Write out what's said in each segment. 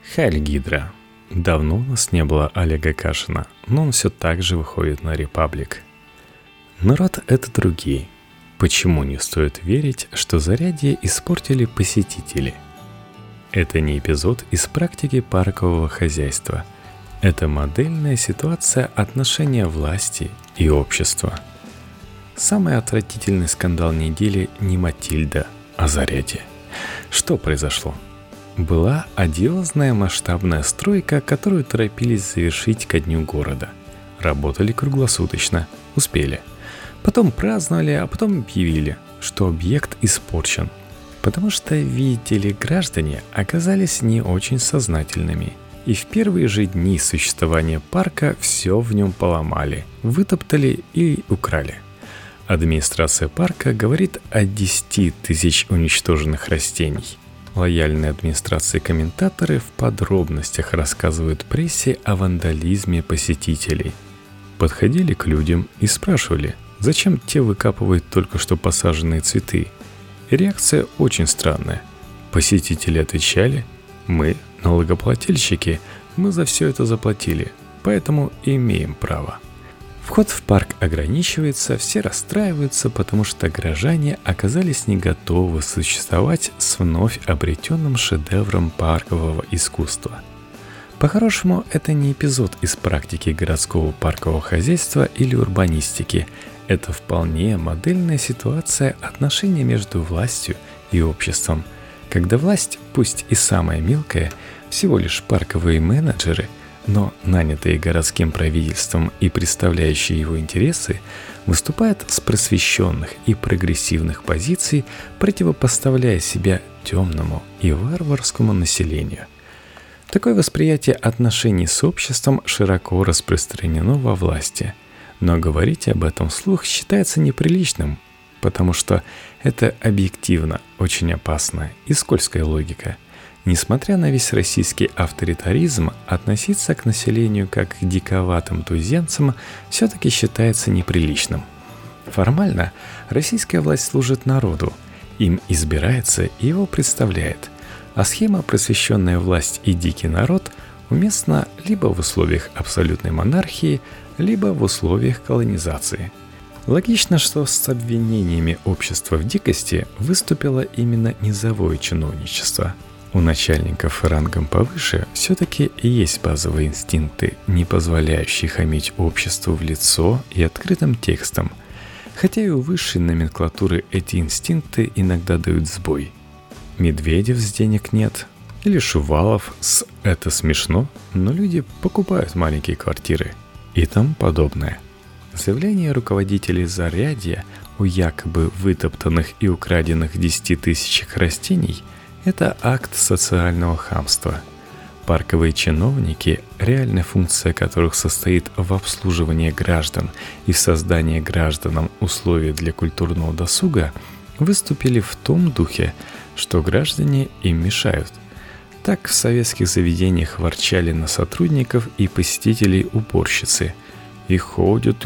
Хайль Гидра. Давно у нас не было Олега Кашина, но он все так же выходит на Репаблик. Народ — это другие. Почему не стоит верить, что Зарядье испортили посетители? Это не эпизод из практики паркового хозяйства. Это модельная ситуация отношения власти и общества. Самый отвратительный скандал недели не Матильда, а Зарядье. Что произошло? Была одиозная масштабная стройка, которую торопились завершить ко дню города. Работали круглосуточно, успели. Потом праздновали, а потом объявили, что объект испорчен. Потому что, видите ли, граждане оказались не очень сознательными. И в первые же дни существования парка все в нем поломали, вытоптали и украли. Администрация парка говорит о 10 тысяч уничтоженных растений. Лояльные администрации комментаторы в подробностях рассказывают прессе о вандализме посетителей. Подходили к людям и спрашивали, зачем те выкапывают только что посаженные цветы. И реакция очень странная. Посетители отвечали: мы, налогоплательщики, мы за все это заплатили, поэтому имеем право. Вход в парк ограничивается, все расстраиваются, потому что горожане оказались не готовы существовать с вновь обретенным шедевром паркового искусства. По-хорошему, это не эпизод из практики городского паркового хозяйства или урбанистики. Это вполне модельная ситуация отношений между властью и обществом. Когда власть, пусть и самая мелкая, всего лишь парковые менеджеры, но нанятые городским правительством и представляющие его интересы, выступают с просвещенных и прогрессивных позиций, противопоставляя себя темному и варварскому населению. Такое восприятие отношений с обществом широко распространено во власти, но говорить об этом вслух считается неприличным, потому что это объективно очень опасная и скользкая логика. Несмотря на весь российский авторитаризм, относиться к населению как к диковатым туземцам все-таки считается неприличным. Формально российская власть служит народу, им избирается и его представляет, а схема «просвещенная власть и дикий народ» уместна либо в условиях абсолютной монархии, либо в условиях колонизации. Логично, что с обвинениями общества в дикости выступило именно низовое чиновничество. У начальников рангом повыше все-таки есть базовые инстинкты, не позволяющие хамить обществу в лицо и открытым текстом. Хотя и у высшей номенклатуры эти инстинкты иногда дают сбой. Медведев с денег нет, или Шувалов с «это смешно, но люди покупают маленькие квартиры» и тому подобное. Заявление руководителей Зарядья о якобы вытоптанных и украденных 10 тысячах растений – это акт социального хамства. Парковые чиновники, реальная функция которых состоит в обслуживании граждан и в создании гражданам условий для культурного досуга, выступили в том духе, что граждане им мешают. Так в советских заведениях ворчали на сотрудников и посетителей уборщицы. И ходят,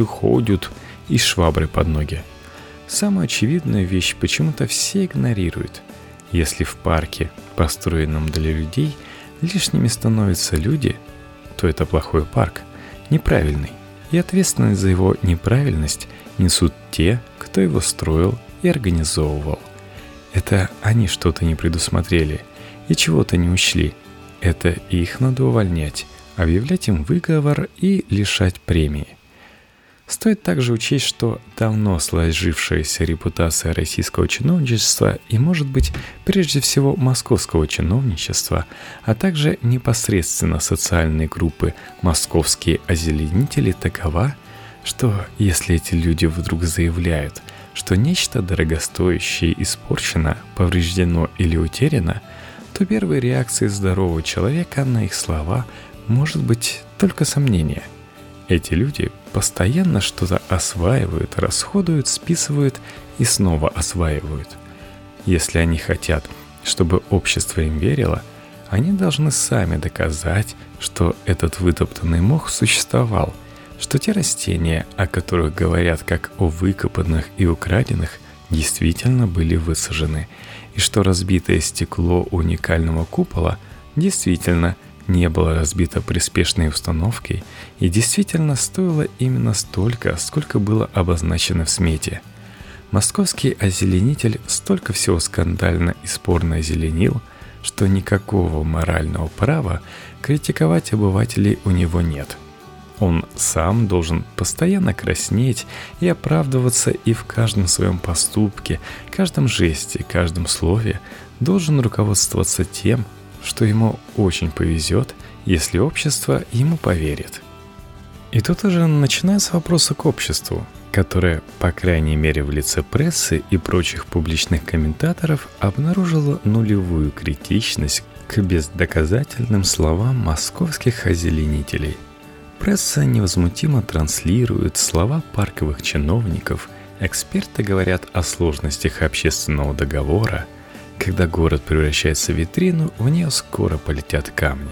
и швабры под ноги. Самую очевидную вещь почему-то все игнорируют. Если в парке, построенном для людей, лишними становятся люди, то это плохой парк, неправильный, и ответственность за его неправильность несут те, кто его строил и организовывал. Это они что-то не предусмотрели и чего-то не учли. Это их надо увольнять, объявлять им выговор и лишать премии. Стоит также учесть, что давно сложившаяся репутация российского чиновничества и, может быть, прежде всего московского чиновничества, а также непосредственно социальные группы «Московские озеленители» такова, что если эти люди вдруг заявляют, что нечто дорогостоящее испорчено, повреждено или утеряно, то первой реакцией здорового человека на их слова может быть только сомнение. Эти люди постоянно что-то осваивают, расходуют, списывают и снова осваивают. Если они хотят, чтобы общество им верило, они должны сами доказать, что этот вытоптанный мох существовал, что те растения, о которых говорят как о выкопанных и украденных, действительно были высажены, и что разбитое стекло уникального купола действительно не было разбито приспешной установкой и действительно стоило именно столько, сколько было обозначено в смете. Московский озеленитель столько всего скандально и спорно озеленил, что никакого морального права критиковать обывателей у него нет. Он сам должен постоянно краснеть и оправдываться, и в каждом своем поступке, каждом жесте, каждом слове должен руководствоваться тем, что ему очень повезет, если общество ему поверит. И тут уже начинаются вопросы к обществу, которое, по крайней мере в лице прессы и прочих публичных комментаторов, обнаружило нулевую критичность к бездоказательным словам московских озеленителей. Пресса невозмутимо транслирует слова парковых чиновников, эксперты говорят о сложностях общественного договора. Когда город превращается в витрину, в нее скоро полетят камни.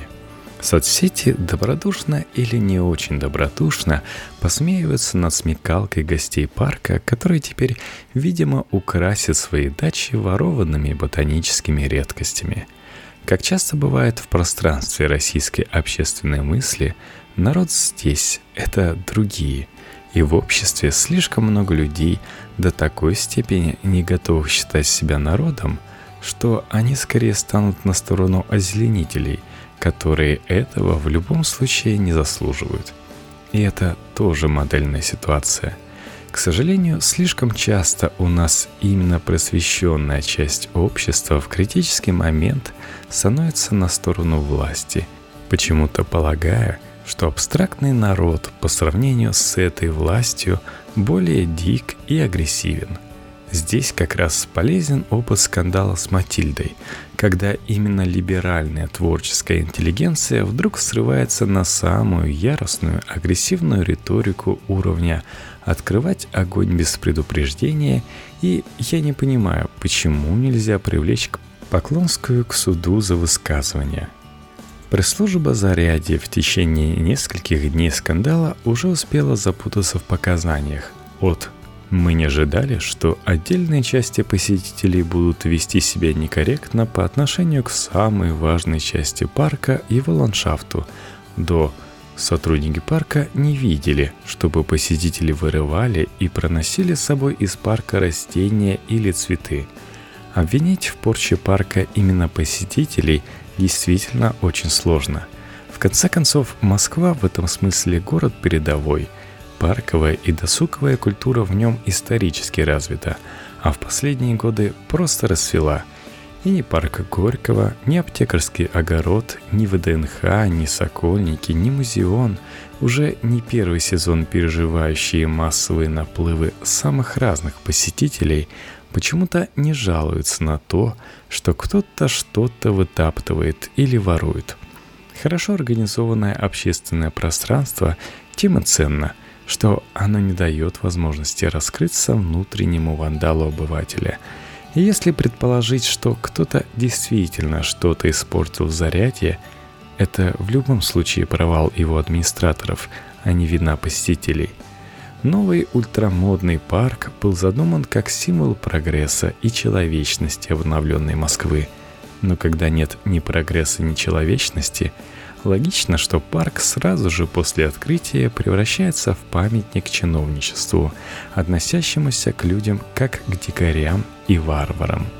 Соцсети добродушно или не очень добродушно посмеиваются над смекалкой гостей парка, которые теперь, видимо, украсят свои дачи ворованными ботаническими редкостями. Как часто бывает в пространстве российской общественной мысли, народ здесь — это другие, и в обществе слишком много людей до такой степени не готовых считать себя народом, что они скорее станут на сторону озеленителей, которые этого в любом случае не заслуживают. И это тоже модельная ситуация. К сожалению, слишком часто у нас именно просвещенная часть общества в критический момент становится на сторону власти, почему-то полагая, что абстрактный народ по сравнению с этой властью более дик и агрессивен. Здесь как раз полезен опыт скандала с Матильдой, когда именно либеральная творческая интеллигенция вдруг срывается на самую яростную, агрессивную риторику уровня «открывать огонь без предупреждения», и я не понимаю, почему нельзя привлечь Поклонскую к суду за высказывание. Пресс-служба «Зарядье» в течение нескольких дней скандала уже успела запутаться в показаниях от «Мы не ожидали, что отдельные части посетителей будут вести себя некорректно по отношению к самой важной части парка, его ландшафту», до «Сотрудники парка не видели, чтобы посетители вырывали и проносили с собой из парка растения или цветы». Обвинить в порче парка именно посетителей действительно очень сложно. В конце концов, Москва в этом смысле город передовой. Парковая и досуговая культура в нем исторически развита, а в последние годы просто расцвела. И ни парк Горького, ни аптекарский огород, ни ВДНХ, ни Сокольники, ни Музеон, уже не первый сезон переживающие массовые наплывы самых разных посетителей, почему-то не жалуются на то, что кто-то что-то вытаптывает или ворует. Хорошо организованное общественное пространство тем и ценно, что оно не дает возможности раскрыться внутреннему вандалу обывателя. И если предположить, что кто-то действительно что-то испортил в Зарядье, это в любом случае провал его администраторов, а не вина посетителей. Новый ультрамодный парк был задуман как символ прогресса и человечности обновленной Москвы. Но когда нет ни прогресса, ни человечности, логично, что парк сразу же после открытия превращается в памятник чиновничеству, относящемуся к людям как к дикарям и варварам.